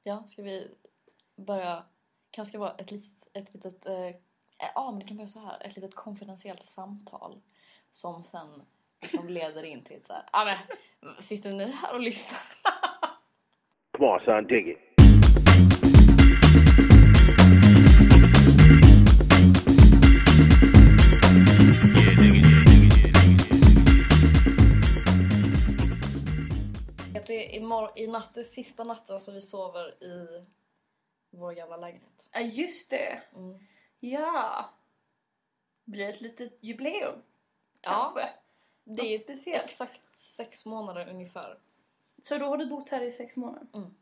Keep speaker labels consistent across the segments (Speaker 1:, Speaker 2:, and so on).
Speaker 1: Ja, ska vi börja... Kanske ska vara ett litet men det kan vara så här. Ett litet konfidentiellt samtal. Som sen liksom leder in till så här. Men sitter ni här och lyssnar?
Speaker 2: Come on, son, dig it.
Speaker 1: Det är i natt, det sista natten som vi sover i vår gamla lägenhet.
Speaker 3: Ja, just det.
Speaker 1: Mm.
Speaker 3: Ja. Blir ett litet jubileum.
Speaker 1: Ja,
Speaker 3: Kanske.
Speaker 1: det är
Speaker 3: speciellt.
Speaker 1: exakt 6 månader ungefär.
Speaker 3: Så då har du bott här i 6 månader?
Speaker 1: Mm.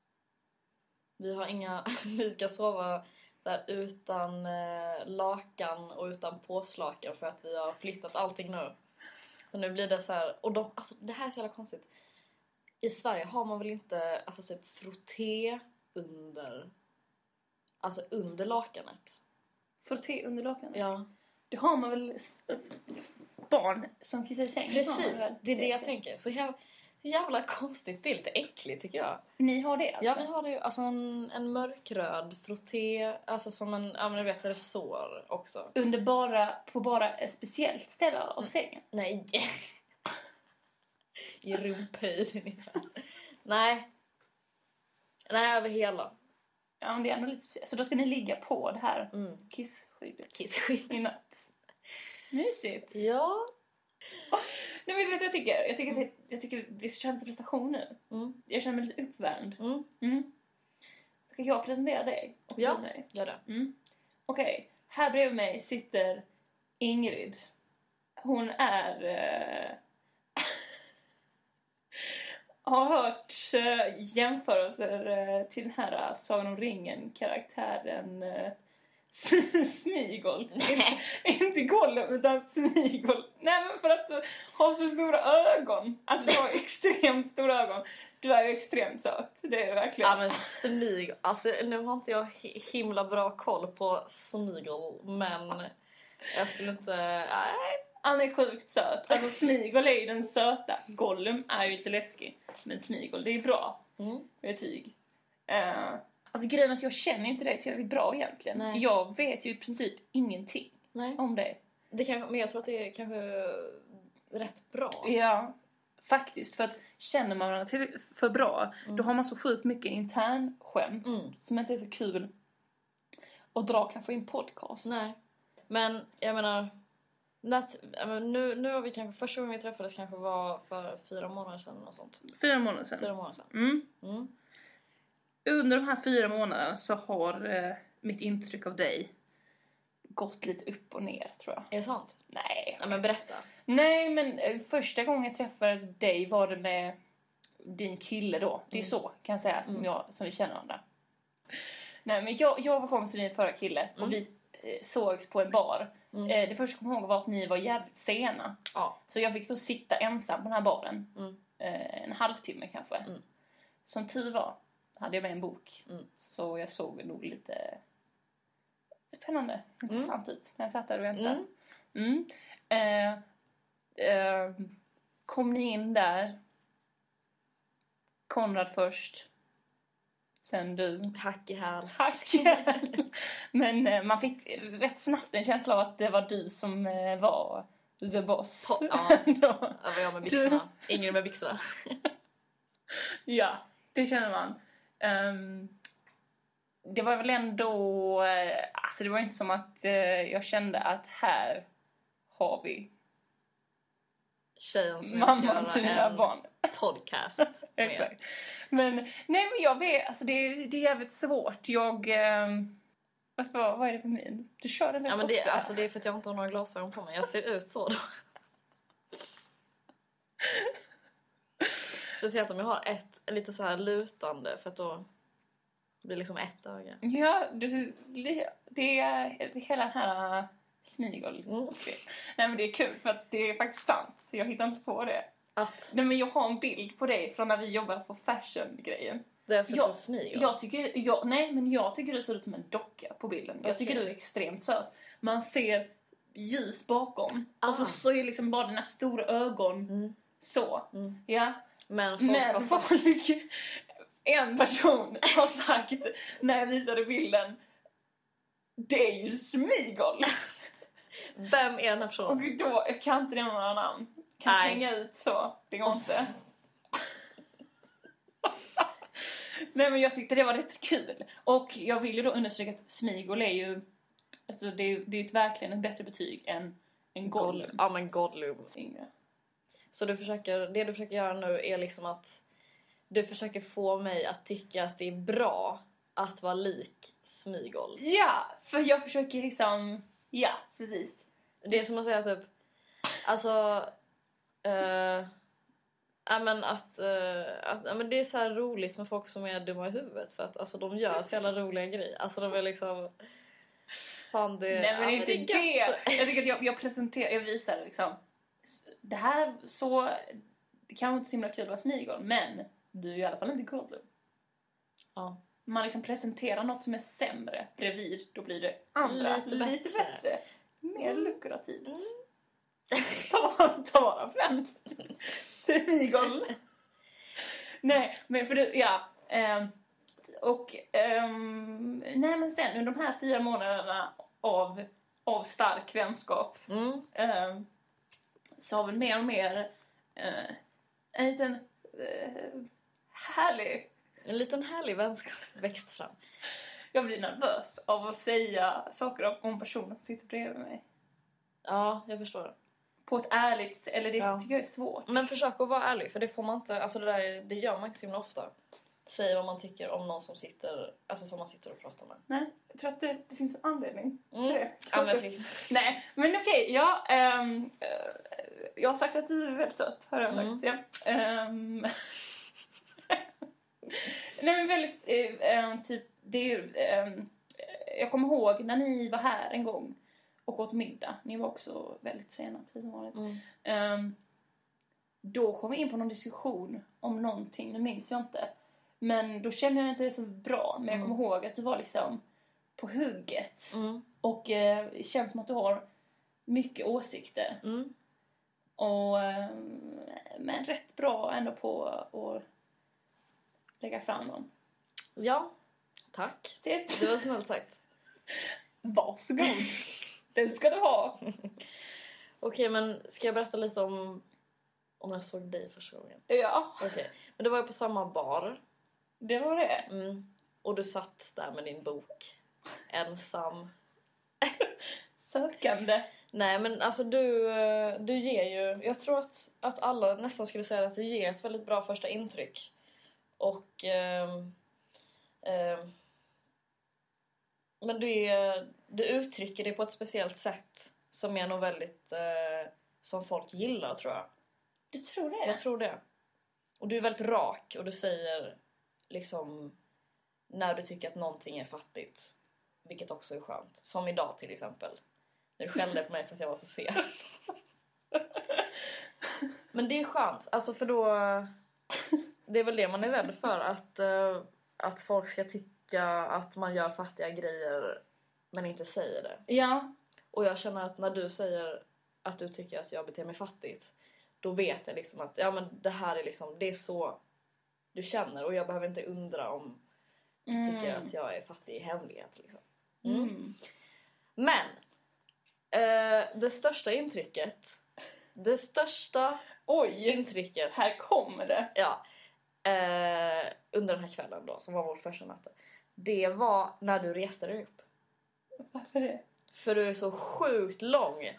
Speaker 1: Vi ska sova där utan lakan och utan påslakan för att vi har flyttat allting nu. Så nu blir det så här, och det här är så jävla konstigt. I Sverige har man väl inte typ frotté under lakanet.
Speaker 3: Frotté under lakanet?
Speaker 1: Ja.
Speaker 3: Det har man väl barn som kissar i sängen?
Speaker 1: Precis, det är det jag tänker. Så jävla konstigt, det är lite äckligt tycker jag.
Speaker 3: Ni har det alltså?
Speaker 1: Ja, vi har det ju. Alltså en mörkröd frotté, alltså som jag vet det sår också.
Speaker 3: På bara ett speciellt ställe av sängen?
Speaker 1: Nej. I rumphöjden ungefär. Nej, över hela.
Speaker 3: Ja, men det är ändå lite speciellt. Så då ska ni ligga på det här kisskyddet i natt. Mysigt.
Speaker 1: Ja.
Speaker 3: Nej, men vet du vad jag tycker? Jag tycker vi ska köra en prestation nu.
Speaker 1: Mm.
Speaker 3: Jag känner mig lite uppvärmd.
Speaker 1: Mm.
Speaker 3: Ska jag presentera dig? Och
Speaker 1: Ja,
Speaker 3: dig?
Speaker 1: gör det.
Speaker 3: Okej, här bredvid mig sitter Ingrid. Hon är... har hört jämförelser till den här Sagan om ringen-karaktären Smigol. Inte Gollum utan Smigol. Nej, men för att du har så stora ögon. Alltså du har extremt stora ögon. Du är ju extremt söt. Det är verkligen.
Speaker 1: Ja, men Smigol. Alltså nu har inte jag himla bra koll på Smigol. Men jag skulle inte... Nej.
Speaker 3: Han är sjukt söt. Alltså Smigol är ju den söta. Gollum är ju lite läskig. Men Smigol, det är bra. Betyg. Alltså grejen är att jag känner inte dig tillräckligt bra egentligen.
Speaker 1: Nej.
Speaker 3: Jag vet ju i princip ingenting om dig.
Speaker 1: Men jag tror att det är kanske rätt bra.
Speaker 3: Ja, faktiskt. För att känner man varandra för bra, då har man så sjukt mycket intern skämt som inte är så kul att dra kanske i en podcast.
Speaker 1: Nej. Men jag menar... Nu har vi kanske... Första gången vi träffades kanske var för 4 månader sedan och sånt.
Speaker 3: 4 månader sedan. Under de här 4 månaderna så har mitt intryck av dig gått lite upp och ner, tror jag.
Speaker 1: Är det sant?
Speaker 3: Nej.
Speaker 1: Ja, men berätta.
Speaker 3: Nej, men första gången jag träffade dig var det med din kille då. Det är så, kan jag säga, som vi känner varandra. Nej, men jag var kompis med din förra kille och vi sågs på en bar. Det första jag kom ihåg var att ni var jävligt sena.
Speaker 1: Ja.
Speaker 3: Så jag fick då sitta ensam på den här baren. En halvtimme kanske. Som tur var hade jag med en bok. Så jag såg nog lite spännande, intressant ut när jag satt där och väntade. Kom ni in där? Konrad först. Sen du.
Speaker 1: Hack i häl.
Speaker 3: Men man fick rätt snabbt en känsla av att det var du som var the boss.
Speaker 1: Ja, det var jag med byxorna. Ingrid med byxorna.
Speaker 3: Ja, det känner man. Det var väl ändå... Alltså det var inte som att jag kände att här har vi
Speaker 1: tjejen som
Speaker 3: mamman till mina barn.
Speaker 1: Podcast.
Speaker 3: Exakt. Men nej, men jag vet, alltså det är jävligt svårt. Vad är det för min? Du kör den.
Speaker 1: Ja, men det är för att jag inte har några glasögon på mig. Jag ser ut så då. Speciellt om jag har ett lite så här lutande, för att då blir liksom ett öga.
Speaker 3: Ja, det är hela den här Smigol. Nej, men det är kul för att det är faktiskt sant. Så jag hittar inte på det. Nej, men jag har en bild på dig från när vi jobbade på fashion-grejen.
Speaker 1: Det är så Smigol.
Speaker 3: Jag tycker du ser ut som en docka på bilden. Jag tycker du är extremt söt. Man ser ljus bakom. Och så är liksom bara dina stora ögon så. Ja.
Speaker 1: Men
Speaker 3: en person har sagt när jag visade bilden, det är ju Smigol.
Speaker 1: Vem är den här personen?
Speaker 3: Och då, jag kan inte nämna några namn. Kan hänga ut så, det går inte. Nej, men jag tyckte det var rätt kul. Och jag vill ju då understryka att Smigol är ju, alltså det är verkligen ett bättre betyg än Gollum.
Speaker 1: Ja, men Gollum. Så det du försöker göra nu är liksom att du försöker få mig att tycka att det är bra att vara lik Smigol.
Speaker 3: Ja, för jag försöker liksom, ja, precis.
Speaker 1: Det är som att säga typ, alltså, men det är så här roligt med folk som är dumma i huvudet, för att alltså de gör så jävla roliga grejer. Alltså de är liksom, fan det.
Speaker 3: Nej, men inte det. Jag tycker att jag visar liksom, det här så, det kan inte så himla kul att vara Smigol, men du är i alla fall inte Gollum.
Speaker 1: Ja.
Speaker 3: Man liksom presenterar något som är sämre bredvid, då blir det andra lite bättre. Mer lukrativt. Ta vara på den. Smigol. Nej, men för det, ja. Nej, men sen under de här 4 månaderna av stark vänskap så har vi mer och mer en liten härlig
Speaker 1: vänskap växt fram.
Speaker 3: Jag blir nervös av att säga saker om personen som sitter bredvid mig.
Speaker 1: Ja, jag förstår det.
Speaker 3: På ett ärligt, eller det tycker jag är svårt.
Speaker 1: Men försök att vara ärlig, för det får man inte, alltså det gör man inte så himla ofta. Säg vad man tycker om någon som man sitter och pratar med.
Speaker 3: Nej, jag tror att det finns en anledning till det.
Speaker 1: Ja,
Speaker 3: nej, men okej, ja. Jag har sagt att du är väldigt söt, har jag sagt. Ja. Nej, men väldigt, typ, det är ju, jag kommer ihåg när ni var här en gång och åt middag. Ni var också väldigt sena, precis som vanligt. Då kom vi in på någon diskussion om någonting, nu minns jag inte. Men då kände jag inte det så bra. Men jag kommer ihåg att du var liksom på hugget. Och det känns som att du har mycket åsikter. Och men rätt bra ändå på att lägga fram dem.
Speaker 1: Ja, tack. Det var snällt sagt.
Speaker 3: Varsågod. Den ska du ha.
Speaker 1: Okej, men ska jag berätta lite om jag såg dig första gången?
Speaker 3: Ja.
Speaker 1: Okej, men det var ju på samma bar.
Speaker 3: Det var det.
Speaker 1: Och du satt där med din bok. Ensam.
Speaker 3: Sökande.
Speaker 1: Nej, men alltså du ger ju, jag tror att alla nästan skulle säga att du ger ett väldigt bra första intryck. Och men du uttrycker det på ett speciellt sätt som är nog väldigt som folk gillar, tror jag.
Speaker 3: Du tror det?
Speaker 1: Jag tror det. Och du är väldigt rak, och du säger liksom när du tycker att någonting är fattigt, vilket också är skönt. Som idag till exempel. När du skällde på mig för att jag var så sen. Men det är skönt, alltså, för då det är väl det man är rädd för, att folk ska tycka att man gör fattiga grejer men inte säger det.
Speaker 3: Ja.
Speaker 1: Och jag känner att när du säger att du tycker att jag beter mig fattigt, då vet jag liksom att ja, men det här är liksom, det är så du känner, och jag behöver inte undra om du tycker att jag är fattig i hemlighet liksom. Men det största intrycket
Speaker 3: här kommer det.
Speaker 1: Ja. Under den här kvällen då, som var vårt första möte, det var när du reste dig upp.
Speaker 3: Varför det?
Speaker 1: För du är så sjukt lång.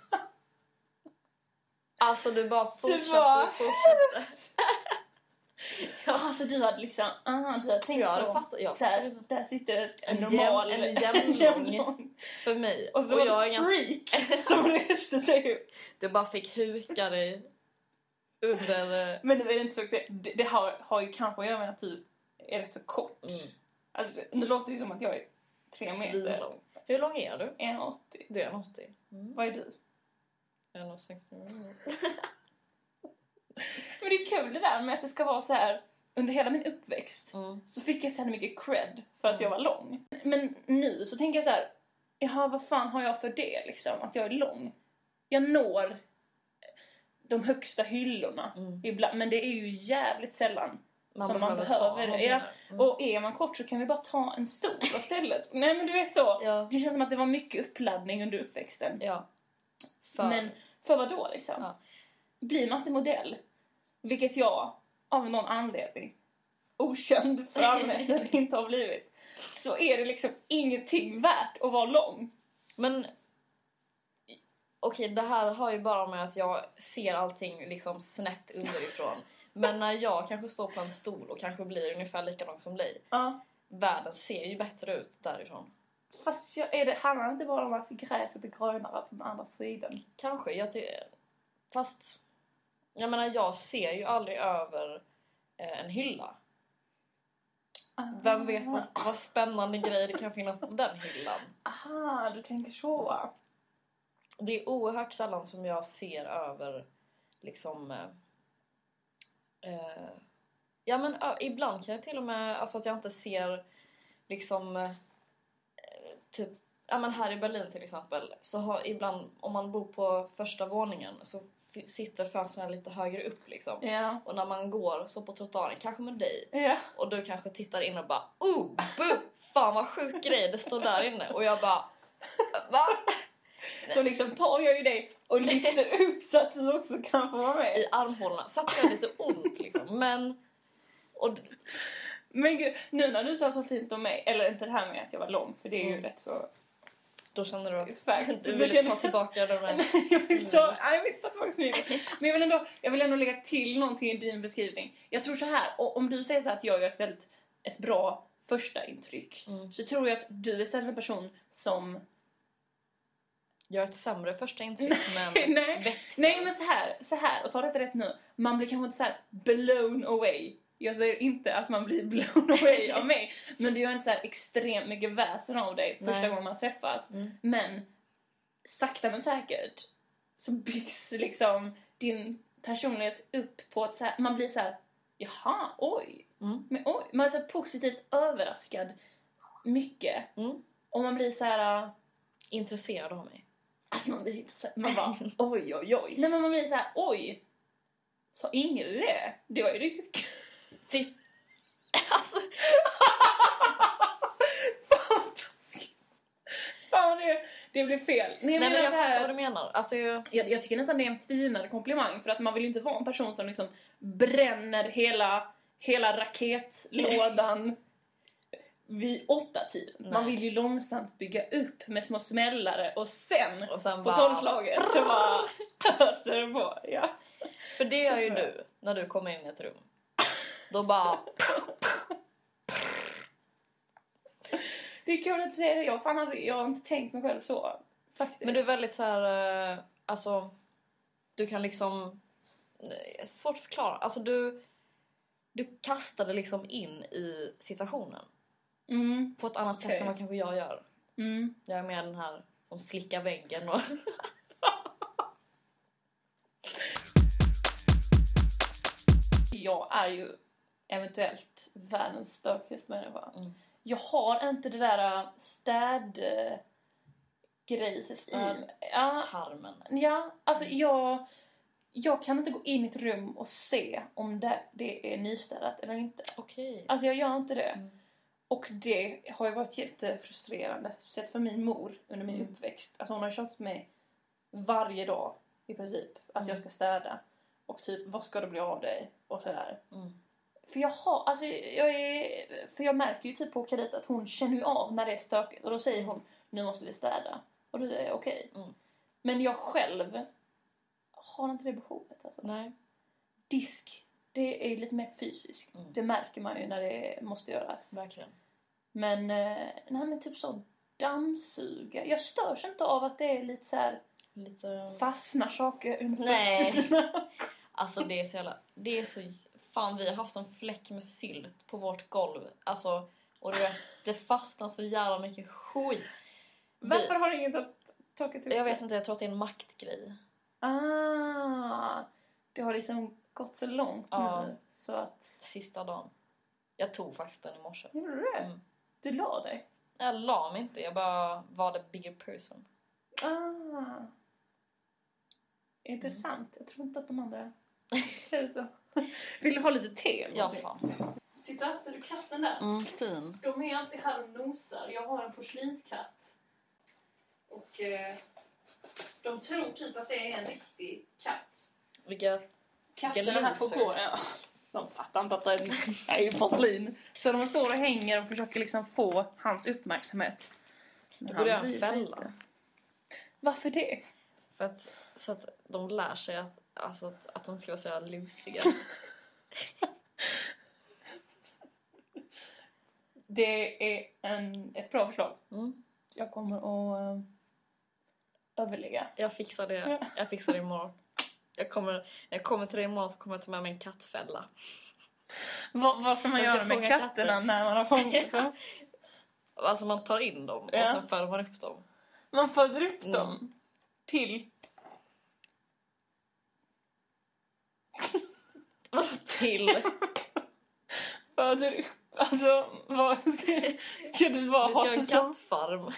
Speaker 1: Alltså du bara fortsatte.
Speaker 3: Ja, alltså du hade liksom, du hade tänkt där sitter en normal,
Speaker 1: en jämnlång för mig.
Speaker 3: Och så var jag en freak som reste sig upp.
Speaker 1: Du bara fick huka dig under.
Speaker 3: Men det är inte så att säga. Det har ju kanske att göra med att du är rätt så kort. Alltså, nu låter det som att jag är 3 meter.
Speaker 1: Lång. Hur lång är du?
Speaker 3: 1,80.
Speaker 1: Du är 1,80.
Speaker 3: Vad är du?
Speaker 1: 1,60.
Speaker 3: Men det är kul det där med att det ska vara så här. Under hela min uppväxt så fick jag så här mycket cred för att jag var lång. Men nu så tänker jag så här, jaha, vad fan har jag för det liksom, att jag är lång? Jag når de högsta hyllorna ibland, men det är ju jävligt sällan som man behöver. Ja.
Speaker 1: Mm.
Speaker 3: Och är man kort så kan vi bara ta en stol istället. Nej, men du vet så.
Speaker 1: Ja.
Speaker 3: Det känns som att det var mycket uppladdning under uppväxten.
Speaker 1: Ja.
Speaker 3: Men för vad då liksom?
Speaker 1: Ja.
Speaker 3: Blir man inte modell, vilket jag av någon anledning, okänd för allmänheten, inte har blivit, så är det liksom ingenting värt att vara lång.
Speaker 1: Men okej, det här har ju bara med att jag ser allting liksom snett underifrån. Men när jag kanske står på en stol och kanske blir ungefär lika lång som dig, världen ser ju bättre ut därifrån.
Speaker 3: Fast handlar inte bara om att gräset är grönare på den andra sidan?
Speaker 1: Kanske, fast jag menar, jag ser ju aldrig över en hylla. Vem vet vad spännande grejer det kan finnas på den hyllan.
Speaker 3: Aha, du tänker så.
Speaker 1: Det är oerhört sällan som jag ser över liksom ja, men ibland kan jag till och med, alltså att jag inte ser liksom typ, ja men här i Berlin till exempel, så har ibland, om man bor på första våningen så sitter fönstren lite högre upp liksom.
Speaker 3: Ja.
Speaker 1: Och när man går så på trottoaren, kanske med dig, och du kanske tittar in och bara fan vad sjuk grej det står där inne, och jag bara va?
Speaker 3: Då liksom tar jag ju dig och lyfter upp så att du också kan få vara med
Speaker 1: i armhålorna, så att det är lite ont liksom. Men
Speaker 3: gud, nu när du sa så fint om mig, eller inte det här med att jag var lång, för det är ju rätt så.
Speaker 1: Då känner du att
Speaker 3: du
Speaker 1: vill ta tillbaka de här.
Speaker 3: Jag vill inte ta tillbaka smygen. Men jag vill ändå lägga till någonting i din beskrivning. Jag tror så här, och om du säger så här att jag gör ett bra första intryck, så tror jag att du är istället en person som
Speaker 1: gör ett sämre första intryck, men växer.
Speaker 3: Nej, men så här, och ta detta rätt nu. Man blir kanske inte så här blown away. Jag säger inte att man blir blown away av mig, men det gör inte så här extremt mycket väsen av dig första gången man träffas. Men sakta men säkert så byggs liksom din personlighet upp på att så här, man blir så här, jaha, oj. Men oj, man är så här positivt överraskad mycket. Och man blir så här
Speaker 1: intresserad av mig.
Speaker 3: Alltså man blir inte så här, man bara oj. Nej, men man blir så här, oj. Så Ingrid det? Det var ju riktigt kul.
Speaker 1: Fy. Alltså.
Speaker 3: Fan det blir fel. Nej, men
Speaker 1: jag
Speaker 3: fattar
Speaker 1: vad du menar. Alltså,
Speaker 3: jag tycker nästan det är en finare komplimang, för att man vill ju inte vara en person som liksom bränner hela raketlådan vid 8-tiden. Man vill ju långsamt bygga upp med små smällare och sen på 12-slaget så bara öser det på. Ja.
Speaker 1: För det gör ju du när du kommer in i ett rum. Då bara
Speaker 3: det är kul att säga det. Jag har inte tänkt mig själv så faktiskt.
Speaker 1: Men du är väldigt så här, alltså du kan liksom, svårt att förklara. Alltså du kastade liksom in i situationen. På ett annat sätt än vad kanske jag gör. Jag är med den här som slickar väggen och
Speaker 3: jag är ju eventuellt världens stökigaste människa. Jag har inte det där städgrejs i
Speaker 1: tarmen.
Speaker 3: Ja, alltså jag kan inte gå in i ett rum och se om det är nystädat eller inte.
Speaker 1: Okej.
Speaker 3: Alltså jag gör inte det. Och det har ju varit jättefrustrerande, speciellt för min mor under min uppväxt. Alltså hon har köpt mig varje dag i princip att jag ska städa. Och typ, vad ska det bli av dig? Och sådär. För jag märker ju typ på Carita att hon känner ju av när det är stökigt. Och då säger hon, nu måste vi städa. Och då är det okej. Men jag själv har inte det behovet. Alltså.
Speaker 1: Nej.
Speaker 3: Disk, det är lite mer fysiskt. Det märker man ju när det måste göras.
Speaker 1: Verkligen.
Speaker 3: Men typ så dammsuga. Jag störs inte av att det är lite så här fastnar saker under fötterna.
Speaker 1: Alltså det är så fan, vi har haft en fläck med sylt på vårt golv. Alltså, och det fastnar så jävla mycket skit.
Speaker 3: Varför har ingen torkat ut?
Speaker 1: Jag vet inte, jag tror att det är en maktgrej.
Speaker 3: Det har liksom gått så långt nu så att
Speaker 1: sista dagen. Jag tog faktiskt den i morse.
Speaker 3: Gjorde du det? Du la dig?
Speaker 1: Jag la mig inte, jag bara var the bigger person.
Speaker 3: Intressant. Jag tror inte att de andra säger så. Vill du ha lite te?
Speaker 1: Ja, fan.
Speaker 3: Titta, ser du katten där?
Speaker 1: Fin.
Speaker 3: De är alltid här och nosar. Jag har en porslinskatt. Och de tror typ att det är en riktig katt.
Speaker 1: Vilka
Speaker 3: Katterna här på gården. Ja. De fattar inte att det är porslin. Så de står och hänger och försöker liksom få hans uppmärksamhet.
Speaker 1: Det borde jag fälla.
Speaker 3: Inte. Varför det?
Speaker 1: För att, så att de lär sig att de ska vara så här lusiga.
Speaker 3: Det är ett bra förslag.
Speaker 1: Mm.
Speaker 3: Jag kommer att överlägga.
Speaker 1: Jag fixar det. Jag fixar det imorgon. När jag kommer till det imorgon så kommer jag ta med mig en kattfälla.
Speaker 3: Vad ska man göra med katterna när man har fångat dem?
Speaker 1: Alltså man tar in dem och sen föder man upp dem.
Speaker 3: Man föder upp dem till...
Speaker 1: Vadå till?
Speaker 3: Föder upp... Alltså, vad ska du bara
Speaker 1: Vi ska
Speaker 3: ha
Speaker 1: ha en kattfarm.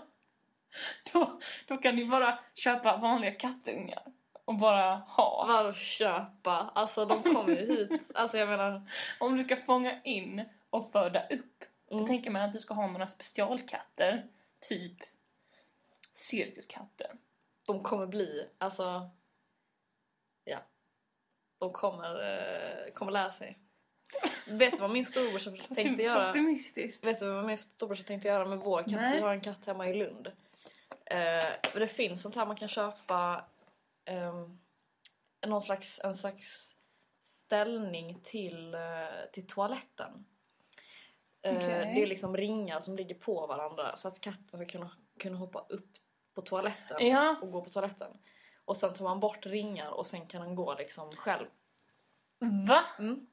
Speaker 3: Då kan du bara köpa vanliga kattungar och bara ha.
Speaker 1: Vadå köpa? Alltså de kommer ju hit. Alltså jag menar...
Speaker 3: Om du ska fånga in och föda upp, då tänker man att du ska ha några specialkatter. Typ cirkuskatter.
Speaker 1: De kommer bli, alltså... Ja. De kommer lära sig. Vet du vad min storebrorsa tänkte göra?
Speaker 3: Optimistiskt.
Speaker 1: Vet du vad min storebrorsa tänkte göra med vår katt?
Speaker 3: Nej.
Speaker 1: Vi har en katt hemma i Lund. Det finns sånt här man kan köpa en slags ställning till toaletten. Det är liksom ringar som ligger på varandra så att katten ska kunna hoppa upp på toaletten och gå på toaletten. Och sen tar man bort ringar och sen kan den gå liksom själv.
Speaker 3: Va?
Speaker 1: Mm.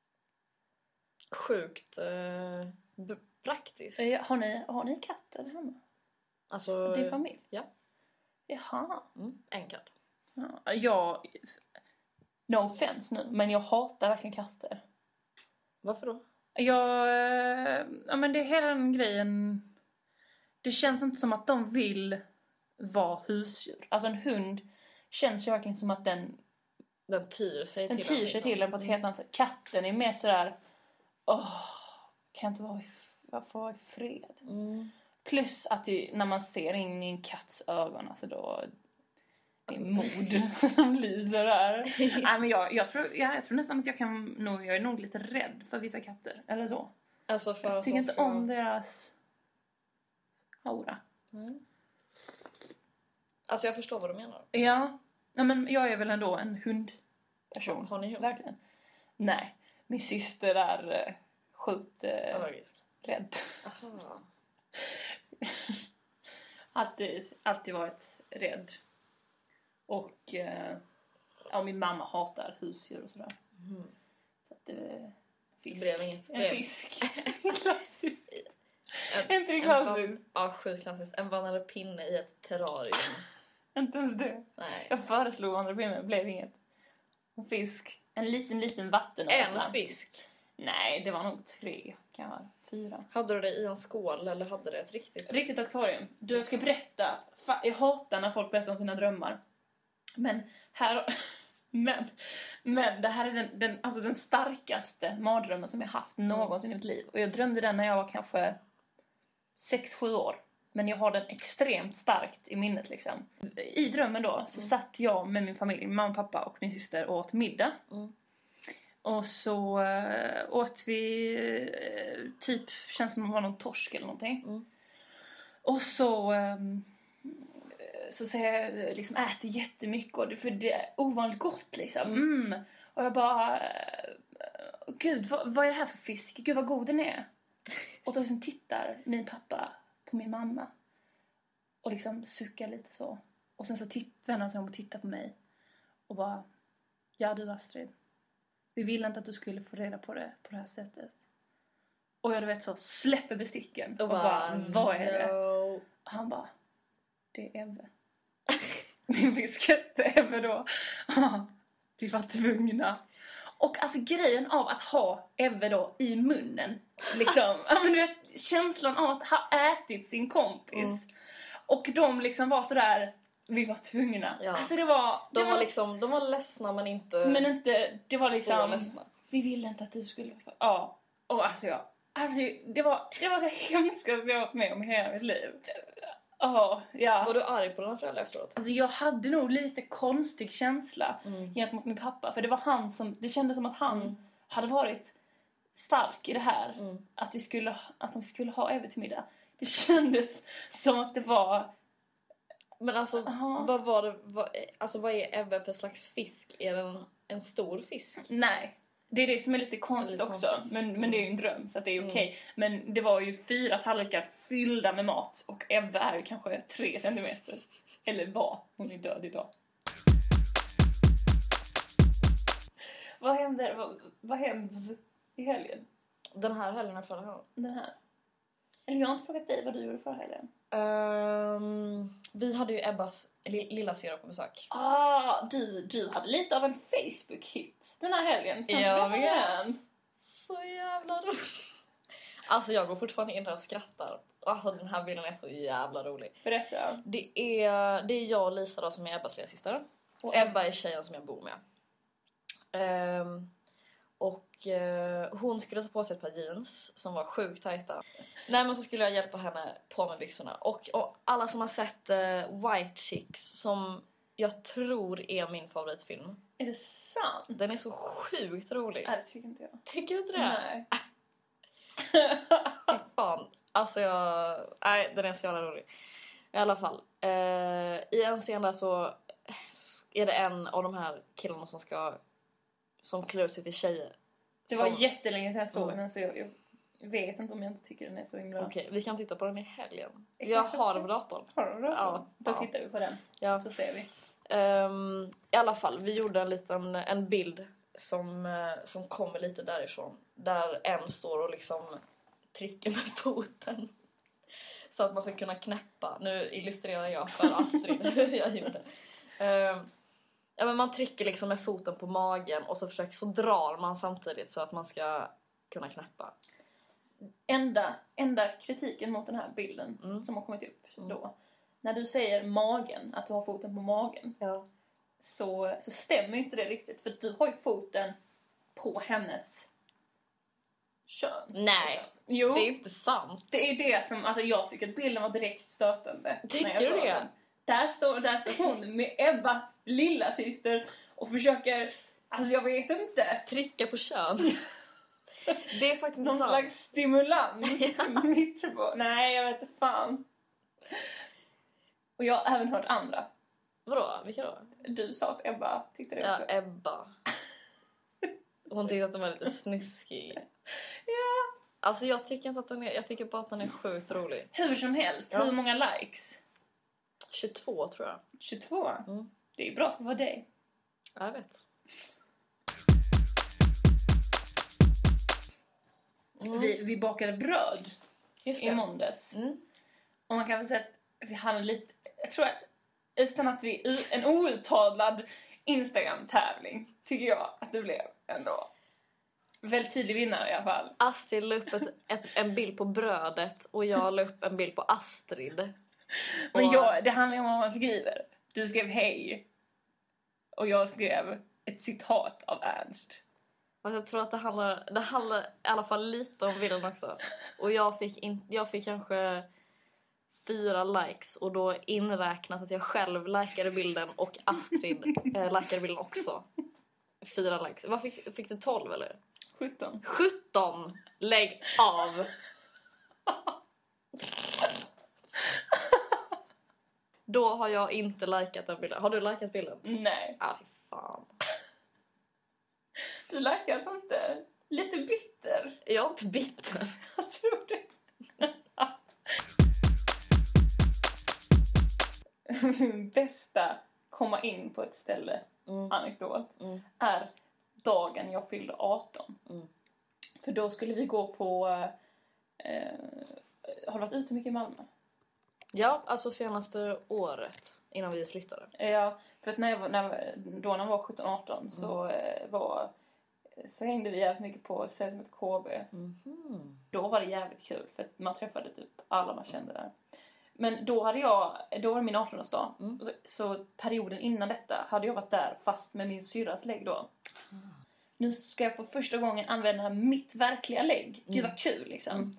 Speaker 1: Sjukt praktiskt.
Speaker 3: Har ni katter hemma?
Speaker 1: Alltså,
Speaker 3: Din familj?
Speaker 1: Ja.
Speaker 3: Jaha.
Speaker 1: En katt.
Speaker 3: Ja, no offense nu, men jag hatar verkligen katter.
Speaker 1: Varför då?
Speaker 3: Ja, men det är hela den grejen. Det känns inte som att de vill vara husdjur. Alltså en hund känns ju verkligen som att den
Speaker 1: tyr sig
Speaker 3: till den på ett helt annat sätt. Katten är mer sådär, kan inte vara i fred. Plus att när man ser in i en katts ögon, alltså då det är mod som lyser där. Nej, men jag tror nästan att jag är nog lite rädd för vissa katter, eller så.
Speaker 1: Alltså för
Speaker 3: jag tycker inte om deras aura.
Speaker 1: Alltså jag förstår vad du menar.
Speaker 3: Ja, men jag är väl ändå en hundperson.
Speaker 1: Har ni hund?
Speaker 3: Verkligen. Nej, min syster är sjukt rädd.
Speaker 1: Aha.
Speaker 3: alltid varit rädd. Och min mamma hatar husdjur och sådär. Så att fisk.
Speaker 1: Det blev inget.
Speaker 3: En fisk. Klassiskt. Inte det klassiskt?
Speaker 1: Ja, sjukt klassiskt. En vandrarpinne i ett terrarium.
Speaker 3: Inte ens det.
Speaker 1: Nej.
Speaker 3: Jag föreslog vandrarpinne, det blev inget. En fisk. En liten vatten.
Speaker 1: En fisk?
Speaker 3: Nej, det var nog 3, kanske 4.
Speaker 1: Hade du det i en skål eller hade det ett riktigt
Speaker 3: akvarium? Jag ska berätta. Jag hatar när folk berättar om sina drömmar. Men det här är den starkaste mardrömmen som jag haft någonsin i mitt liv. Och jag drömde den när jag var kanske 6-7 år. Men jag har den extremt starkt i minnet liksom. I drömmen då så satt jag med min familj, mamma, pappa och min syster och åt middag. Och så åt vi typ, känns som det var någon torsk eller någonting. Och så säger jag liksom äter jättemycket och för det är ovanligt gott liksom. Och jag bara gud, vad är det här för fisk? Gud vad god den är. Och då liksom tittar min pappa på min mamma och liksom suckar lite så. Och sen så vänder han sig om och tittar på mig och bara, ja du Astrid, vi ville inte att du skulle få reda på det på det här sättet. Och jag vet så släpper besticken och bara, vad är det? Och han bara, det är Ebbe. Min fisk hette Ebbe då. Vi var tvungna. Och alltså grejen av att ha Ebbe då i munnen. Liksom. Men du vet, känslan av att ha ätit sin kompis. Och de liksom var sådär vi var tvungna.
Speaker 1: Ja.
Speaker 3: Alltså
Speaker 1: De var ledsna men inte...
Speaker 3: Men inte, det var
Speaker 1: så
Speaker 3: liksom...
Speaker 1: ledsna.
Speaker 3: Vi ville inte att du skulle... Ja. Och alltså det var det hemskaste jag varit med om i hela mitt liv. Ja.
Speaker 1: Var du arg på dina föräldrar efteråt?
Speaker 3: Alltså jag hade nog lite konstig känsla gentemot min pappa. För det var han som... Det kändes som att han hade varit stark i det här. Att de skulle ha Ebbe till middag. Det kändes som att det var...
Speaker 1: Men alltså, vad var det... vad är Ebbe för slags fisk? Är den en stor fisk?
Speaker 3: Nej. Det är det som är lite konstigt också. Men det är ju en dröm så att det är okej. Men det var ju 4 tallrikar fyllda med mat. Och Ebbe är ju kanske 3 centimeter. Eller hon är död idag. Vad händer i helgen?
Speaker 1: Den här helgen är förra helgen.
Speaker 3: Den här. Eller jag har inte frågat dig vad du gjorde förra helgen.
Speaker 1: Vi hade ju Ebbas lilla syra på besök.
Speaker 3: Du hade lite av en Facebook-hit den här helgen.
Speaker 1: Jag vet. Så jävla roligt. Alltså jag går fortfarande in där och skrattar. Alltså den här bilden är så jävla rolig.
Speaker 3: Berätta.
Speaker 1: Det är jag och Lisa då som är Ebbas lilla syster. Och Ebba är tjejen som jag bor med. Hon skulle ta på sig ett par jeans som var sjukt tajta. Nej, men så skulle jag hjälpa henne på med byxorna. Och alla som har sett White Chicks, som jag tror är min favoritfilm.
Speaker 3: Är det sant?
Speaker 1: Den är så sjukt rolig.
Speaker 3: Nej, det tycker inte jag.
Speaker 1: Tycker du inte det?
Speaker 3: Nej.
Speaker 1: Fan. Alltså nej, den är så jävla rolig. I alla fall. I en scen där så är det en av de här killarna som klär ut sig till tjejer.
Speaker 3: Det var jättelänge sedan jag såg den, så jag vet inte om jag inte tycker den är så himla...
Speaker 1: Okej, vi kan titta på den i helgen. Jag har den på datorn.
Speaker 3: Har du datorn?
Speaker 1: Ja.
Speaker 3: Då tittar vi på den.
Speaker 1: Ja.
Speaker 3: Så ser vi.
Speaker 1: I alla fall, vi gjorde en bild som kommer lite därifrån. Där en står och liksom trycker med foten. Så att man ska kunna knäppa. Nu illustrerar jag för Astrid hur jag gjorde. Ja, men man trycker liksom med foten på magen och så drar man samtidigt så att man ska kunna knäppa.
Speaker 3: Enda kritiken mot den här bilden som har kommit upp då. När du säger magen, att du har foten på magen.
Speaker 1: Ja.
Speaker 3: Så stämmer inte det riktigt. För du har ju foten på hennes kön.
Speaker 1: Nej,
Speaker 3: jo,
Speaker 1: det är inte sant.
Speaker 3: Det är det som, alltså jag tycker att bilden var direkt stötande.
Speaker 1: Tycker du det?
Speaker 3: Där står hon med Ebbas lilla syster och försöker, alltså jag vet inte.
Speaker 1: Trycka på kön. Det är faktiskt
Speaker 3: någon
Speaker 1: sant.
Speaker 3: slags stimulans mitt på. Nej, jag vet inte fan. Och jag har även hört andra.
Speaker 1: Vadå? Vilka då?
Speaker 3: Du sa att Ebba tyckte det också.
Speaker 1: Ja, Ebba. Hon tyckte att den var lite snuskig.
Speaker 3: Ja.
Speaker 1: Alltså jag tycker inte att jag tycker bara att den är sjukt rolig.
Speaker 3: Hur som helst, hur många likes?
Speaker 1: 22 tror jag.
Speaker 3: 22? Det är bra för att vara dig.
Speaker 1: Ja, jag vet.
Speaker 3: Vi bakade bröd i måndags. Och man kan väl säga att vi hade lite... Jag tror att utan att en outtalad Instagram-tävling tycker jag att det blev ändå. Väldigt tydlig vinnare i alla fall.
Speaker 1: Astrid la upp en bild på brödet och jag la upp en bild på Astrid.
Speaker 3: Men det handlar ju om vad man skriver. Du skrev hej. Och jag skrev ett citat av Ernst.
Speaker 1: Och jag tror att det handlar i alla fall lite om bilden också. Och jag fick kanske 4 likes. Och då inräknat att jag själv likade bilden och Astrid likade bilden också. 4 likes. Vad fick du 12 eller?
Speaker 3: 17.
Speaker 1: 17! Lägg av! Då har jag inte likat den bilden. Har du likat bilden?
Speaker 3: Nej.
Speaker 1: Fy fan.
Speaker 3: Du likar alltså inte. Lite bitter.
Speaker 1: Jag är inte bitter.
Speaker 3: Jag tror det. Bästa komma in på ett ställe anekdot är dagen jag fyllde 18. För då skulle vi gå på har du varit ute mycket i Malmö?
Speaker 1: Ja, alltså senaste året innan vi flyttade.
Speaker 3: Ja, för att när man var 17-18 så hängde vi jävligt mycket på ett ställe som heter KB. Då var det jävligt kul för att man träffade typ alla man kände där. Men då var det min 18-årsdag. Så perioden innan detta hade jag varit där fast med min syrras lägg då. Nu ska jag för första gången använda mitt verkliga lägg. Gud vad kul liksom.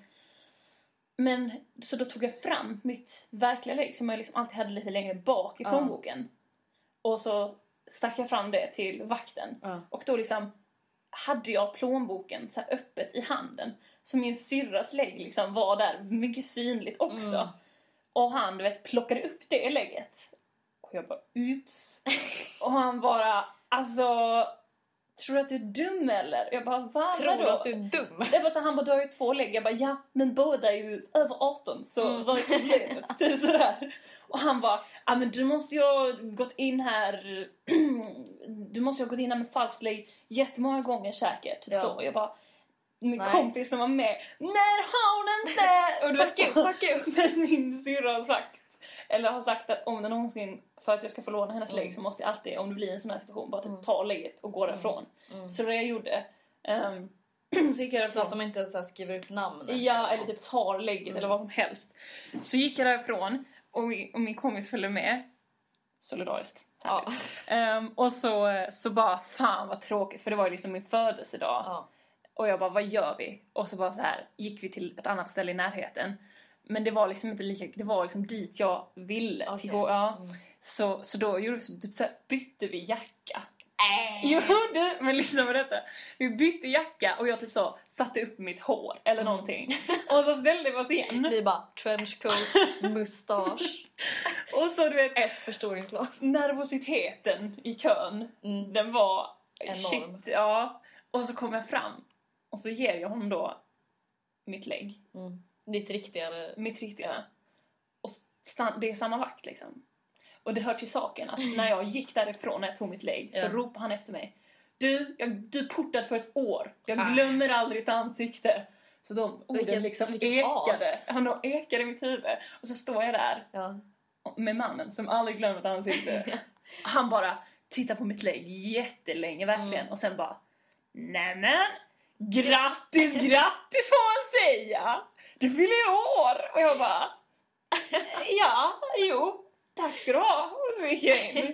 Speaker 3: Men så då tog jag fram mitt verkliga lägg som jag liksom alltid hade lite längre bak i plånboken. Och så stack jag fram det till vakten. Och då liksom hade jag plånboken så här öppet i handen. Så min syrras lägg liksom var där mycket synligt också. Och han, du vet, plockade upp det lägget. Och jag bara, ups. Och han bara, alltså, tror du att du är dum eller? Jag bara, vad
Speaker 1: Tror
Speaker 3: då?
Speaker 1: du att du är dum?
Speaker 3: Det var så, han bara, du har ju 2 lägg. Jag bara, ja, men båda är ju över 18. Så vad är problemet? Typ sådär. Och han bara, ja men du måste ju ha gått in här. Du måste ju ha gått in här med falsk lägg jättemånga gånger säkert. Typ så. Och jag bara, min kompis som var med, nej har hon inte. Och du vet så, men min syrra har sagt att om det någonsin, för att jag ska få låna hennes lägg så måste jag alltid, om det blir en sån här situation, bara typ ta lägget och gå därifrån. Så det jag gjorde, så gick jag därifrån.
Speaker 1: Så att de inte så här skriver upp namn.
Speaker 3: Ja, eller typ tar lägget eller vad som helst. Så gick jag därifrån och min kompis följde med. Solidariskt.
Speaker 1: Ja.
Speaker 3: Och så bara, fan vad tråkigt, för det var ju liksom min födelsedag.
Speaker 1: Ja.
Speaker 3: Och jag bara, vad gör vi? Och så bara så här, gick vi till ett annat ställe i närheten. Men det var liksom inte lika, det var liksom dit jag ville.
Speaker 1: Okay.
Speaker 3: Till, Så då gjorde vi typ så här, bytte vi jacka. Men lyssna på detta. Vi bytte jacka och jag typ så satte upp mitt hår eller någonting. Och så ställde vi oss igen.
Speaker 1: Vi bara, trenchcoat, mustasch.
Speaker 3: Och så du vet,
Speaker 1: ett förstoringsglas.
Speaker 3: nervositeten i kön. Den var
Speaker 1: enorm.
Speaker 3: Shit, ja. Och så kom jag fram. Och så ger jag honom då mitt lägg.
Speaker 1: Mitt riktiga. Och det är samma vakt liksom. Och det hör till saken att när jag gick därifrån, när jag tog mitt lägg, så ropade han efter mig. Du är portad för ett år. Jag glömmer aldrig ditt ansikte. Så de orden liksom ekade. Han ekade i mitt huvud. Och så står jag där med mannen som aldrig glömmer ett ansikte. Han bara tittar på mitt lägg jättelänge verkligen. Och sen bara, nämen, grattis får man säga. Du fyller ju år. Och jag bara, ja, jo. Tack ska du ha. Och så gick jag in.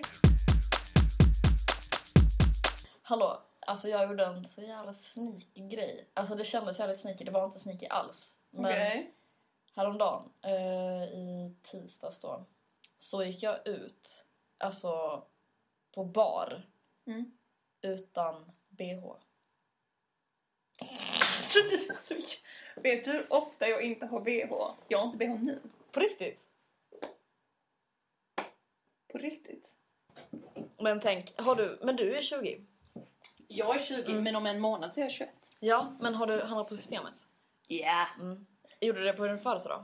Speaker 1: Hallå, alltså jag gjorde en så jävla sneaky grej. Alltså det kändes jävligt sneaky, det var inte sneaky alls. Men häromdagen, i tisdags då, så gick jag ut, alltså på bar, utan BH.
Speaker 3: Så vet du hur ofta jag inte har BH? Jag har inte BH nu.
Speaker 1: På riktigt?
Speaker 3: På riktigt.
Speaker 1: Men tänk, men du är 20.
Speaker 3: Jag är 20, men om en månad så är jag 21.
Speaker 1: Ja, men har du handlat på systemet?
Speaker 3: Ja. Yeah.
Speaker 1: Gjorde du det på din födelsedag?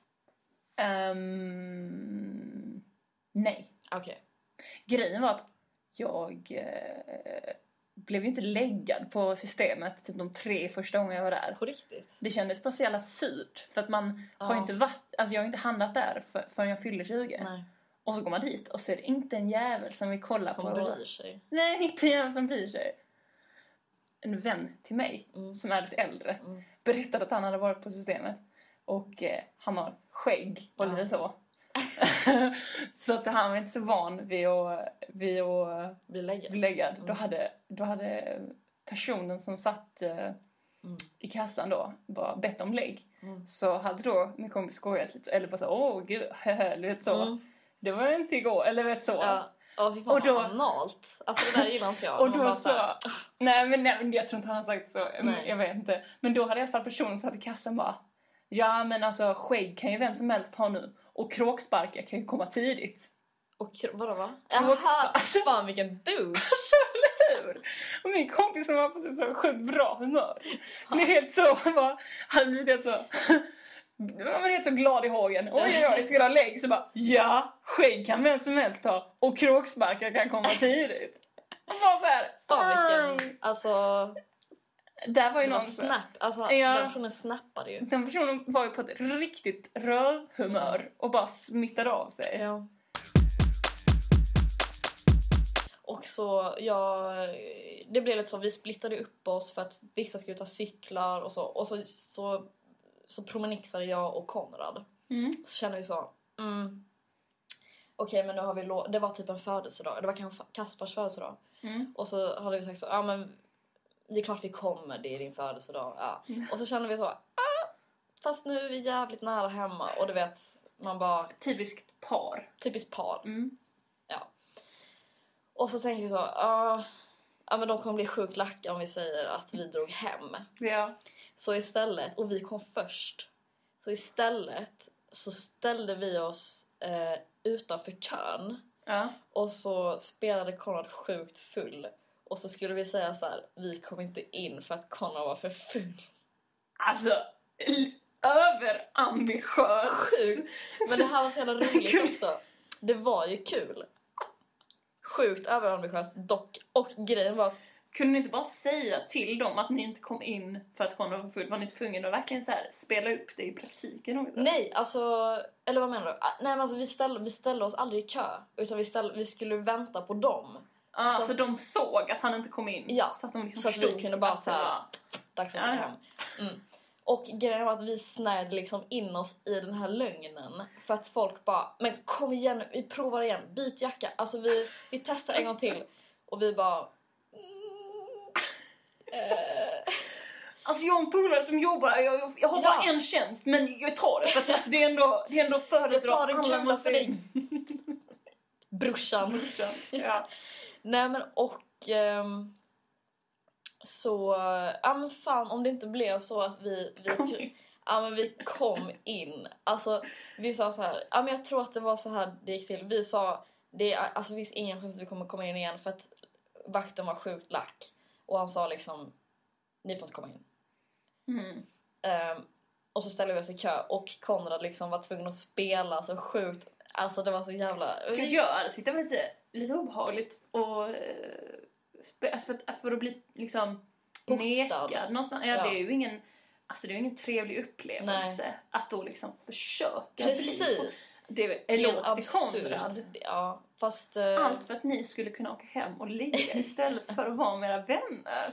Speaker 3: Nej.
Speaker 1: Okej.
Speaker 3: Grejen var att jag blev ju inte läggad på systemet typ de 3 första gångerna jag var där.
Speaker 1: På riktigt?
Speaker 3: Det kändes bara så jävla surt. För att man har inte varit, alltså jag har inte handlat där förrän jag fyllde 20.
Speaker 1: Nej.
Speaker 3: Och så går man dit och så är det inte en jävel som vill kolla
Speaker 1: som
Speaker 3: på.
Speaker 1: Som bryr sig.
Speaker 3: Nej, inte en jävel som bryr sig. En vän till mig som är lite äldre berättade att han hade varit på systemet. Och han har skägg och lite så. Så att han var inte så van vid att bli läggad. Då hade personen som satt i kassan då bara bett om lägg. Så hade då min kompis skojat lite. Eller bara så, åh gud, vet så. Det var inte igår, eller vet så.
Speaker 1: Ja. Och då analt. Alltså det där gillar inte jag.
Speaker 3: Och då så. Nej men jag tror inte han har sagt så. Jag vet inte. Men då hade i alla fall personen satt i kassan bara, ja men alltså skägg kan ju vem som helst ha nu. Och kråksparkar kan ju komma tidigt.
Speaker 1: Och vadå va?
Speaker 3: Alltså,
Speaker 1: fan vilken douche.
Speaker 3: Alltså, eller hur? Och min kompis som var på så sjukt bra humör. Blev helt så, han blev helt så. Man var helt så glad i hågen. Oj, jag ska ha lägg. Så bara, ja, skägg kan vem som helst ha. Och kråksparkar kan komma tidigt. Och bara så här.
Speaker 1: Fan vilken, alltså.
Speaker 3: Där var ju någon
Speaker 1: snap. Alltså den personen snappade ju.
Speaker 3: Den personen var ju på ett riktigt rövhumör. Och bara smittade av sig.
Speaker 1: Ja. Och så, det blev lite så, vi splittade upp oss för att vissa skulle ta cyklar och så. Och så promenixade jag och Konrad. Så kände vi så, Okej, men nu har vi det var typ en födelsedag. Det var kanske Kaspars födelsedag. Och så hade vi sagt så, ja men det är klart vi kommer, det är din födelsedag. Ja. Och så kände vi så, fast nu är vi jävligt nära hemma. Och du vet, man bara...
Speaker 3: Typiskt par.
Speaker 1: Ja. Och så tänker vi så, ja men de kommer bli sjukt lacka om vi säger att vi drog hem.
Speaker 3: Ja.
Speaker 1: Så istället, och vi kom först. Så istället så ställde vi oss utanför kön.
Speaker 3: Ja.
Speaker 1: Och så spelade Konrad sjukt full. Och så skulle vi säga så här, vi kom inte in för att Konrad var för full.
Speaker 3: Alltså, överambitiös.
Speaker 1: Sjukt. Men det här var så jävla roligt också. Det var ju kul. Sjukt överambitiöst dock. Och grejen var att...
Speaker 3: Kunde ni inte bara säga till dem att ni inte kom in för att Konrad var full? Var ni inte tvungna att verkligen så här spela upp det i praktiken också?
Speaker 1: Nej, alltså... Eller vad menar du? Nej, men alltså vi ställde oss aldrig i kö. Utan vi skulle vänta på dem.
Speaker 3: Så de såg att han inte kom in?
Speaker 1: Ja,
Speaker 3: så att de liksom
Speaker 1: så att vi kunde bara säga dags att hem. Och grejen var att vi snärde liksom in oss i den här lögnen. För att folk bara, men kom igen, vi provar igen, byt jacka. Alltså vi testar en gång till. Och vi bara...
Speaker 3: Alltså jag har en polare som jobbar, jag har bara en tjänst, men jag tar det. För att alltså, det är ändå födelsedag.
Speaker 1: Jag tar en kula för dig. Brorsan.
Speaker 3: Ja.
Speaker 1: Nej men och... så... Ja men fan, om det inte blev så att vi kom in. Alltså vi sa så här. Ja men jag tror att det var så här det gick till. Vi sa, det finns ingen chans att vi kommer komma in igen. För att vakten var sjukt lack. Och han sa liksom, ni får inte komma in. Och så ställde vi oss i kö. Och Konrad liksom var tvungen att spela så sjukt. Alltså det var så jävla...
Speaker 3: Jag tyckte det var lite obehagligt. Och för att bli liksom nekad någonstans. Ja, det är ju ingen... Alltså det är ju ingen trevlig upplevelse. Nej. Att då liksom försöka bli... Det är eloge till Konrad.
Speaker 1: Ja, fast...
Speaker 3: Allt för att ni skulle kunna åka hem och ligga istället för att vara med era vänner.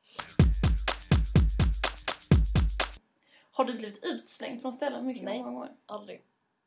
Speaker 3: Har du blivit utslängd från ställen mycket många gånger?
Speaker 1: Nej, aldrig.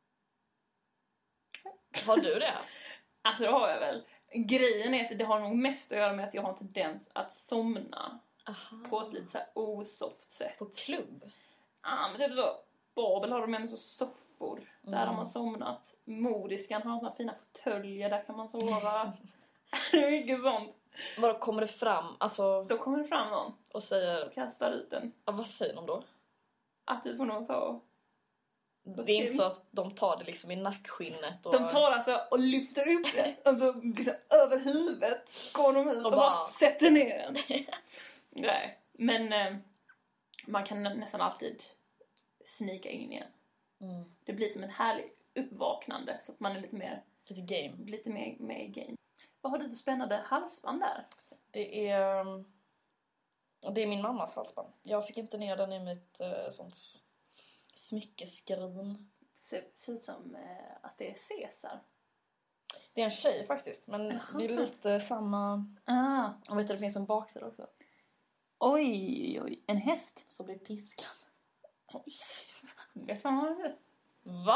Speaker 1: Har du det?
Speaker 3: Alltså det har jag väl. Grejen är att det har nog mest att göra med att jag har en tendens att somna. På ett lite så här osoft sätt.
Speaker 1: På klubb?
Speaker 3: Ja, men typ så. Babel har de ändå så soffor. Där har man somnat. Modiskan har såna fina fåtöljer. Där kan man sova. Det är mycket sånt.
Speaker 1: Vadå, kommer det fram? Alltså...
Speaker 3: Då kommer det fram någon.
Speaker 1: Och säger...
Speaker 3: Och kastar ut den.
Speaker 1: Ja, vad säger de då?
Speaker 3: Att du får nog ta...
Speaker 1: Det är inte så att de tar det liksom i nackskinnet. Och...
Speaker 3: De tar alltså och lyfter upp det. Alltså liksom över huvudet går de ut och bara sätter ner den. Nej, men man kan nästan alltid snika in igen. Det blir som ett härligt uppvaknande så att man är lite mer med i game. Vad har du för spännande halsband där?
Speaker 1: Det är min mammas halsband. Jag fick inte ner den i mitt sånt smyckeskrin.
Speaker 3: Ser ut som att det är Caesar.
Speaker 1: Det är en tjej faktiskt, men det är lite samma. Och vet du, det finns en baksida också.
Speaker 3: Oj, en häst
Speaker 1: som blir piskad.
Speaker 3: Oj. Vet vad man är?
Speaker 1: Va?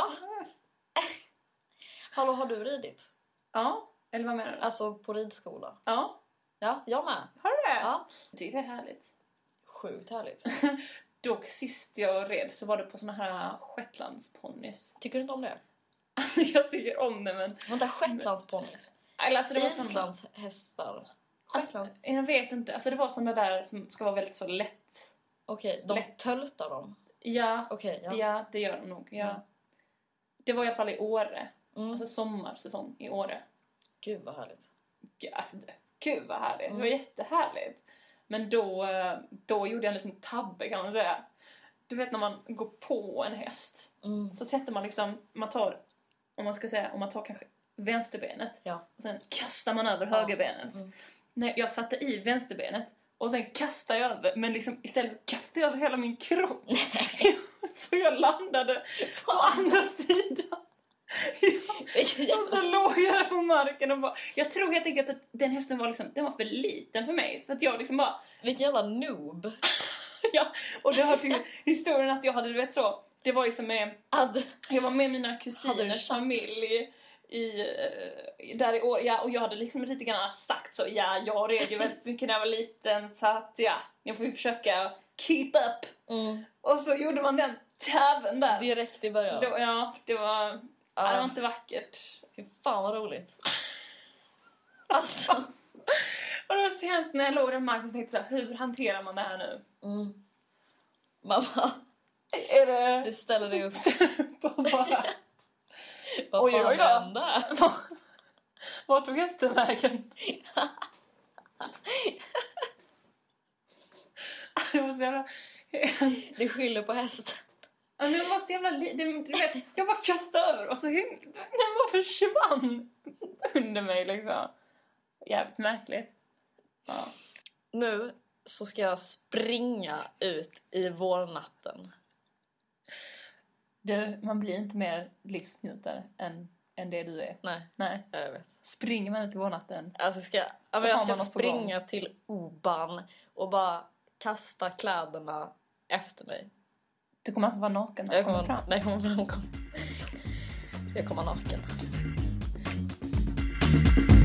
Speaker 1: Hallå, har du ridit?
Speaker 3: Ja, eller vad menar du?
Speaker 1: Alltså på ridskola.
Speaker 3: Ja.
Speaker 1: Ja, jag med.
Speaker 3: Har du det?
Speaker 1: Ja.
Speaker 3: Jag tycker det är härligt.
Speaker 1: Sjukt härligt.
Speaker 3: Dock sist jag red så var det på såna här shetlandsponnys.
Speaker 1: Tycker du inte om det?
Speaker 3: Alltså jag tycker om det, men...
Speaker 1: Vänta, shetlandsponnys?
Speaker 3: Alltså det var
Speaker 1: Islandshästar.
Speaker 3: Alltså, jag vet inte. Alltså det var såna där som ska vara väldigt så lätt.
Speaker 1: Okej, de töltar dem?
Speaker 3: Ja.
Speaker 1: Okej, ja.
Speaker 3: Ja, det gör de nog. Ja. Det var i alla fall i Åre. Alltså sommarsäsong i Åre.
Speaker 1: Gud vad härligt.
Speaker 3: Alltså, gud vad härligt. Det var jättehärligt. Men då gjorde jag en liten tabbe, kan man säga. Du vet när man går på en häst. Så sätter man liksom, man tar kanske vänsterbenet.
Speaker 1: Ja.
Speaker 3: Och sen kastar man över högerbenet. Nej, jag satte i vänsterbenet. Och sen kastade jag över. Men liksom istället kastade jag över hela min kropp. Så jag landade på andra sidan. Och så låg jag där på marken och bara... Jag tror helt enkelt att den hästen var liksom... Den var för liten för mig. För att jag liksom bara...
Speaker 1: Vilken jävla noob.
Speaker 3: Ja, och det hör till historien att jag hade, du vet så... Det var ju som med... Jag var med mina kusiners familj där i år. Ja, och jag hade liksom lite grann sagt så. Ja, jag red ju väldigt mycket när jag var liten. Så att ja, ni får ju försöka keep up. Och så gjorde man den täven där.
Speaker 1: Direkt i början.
Speaker 3: Det var inte vackert.
Speaker 1: Fy fan vad roligt. Alltså.
Speaker 3: Och det var så hemskt när jag låg där marken och tänkte så här, hur hanterar man det här nu?
Speaker 1: Mamma. Du ställer dig upp.
Speaker 3: Och bara...
Speaker 1: Vad fan hände?
Speaker 3: Vad tog hästen vägen? Det var så jävla...
Speaker 1: Du skyller på hästen.
Speaker 3: Men det var så jävla... Du vet, jag bara kastade över och så den bara försvann under mig liksom. Jävligt märkligt. Ja.
Speaker 1: Nu så ska jag springa ut i vårnatten.
Speaker 3: Man blir inte mer livsnjutare än det du är.
Speaker 1: Nej, jag vet.
Speaker 3: Springer man ut i vårnatten.
Speaker 1: Alltså jag ska springa till Oban och bara kasta kläderna efter mig.
Speaker 3: Du kommer alltså vara naken när
Speaker 1: jag kommer fram? Nej, jag kommer naken.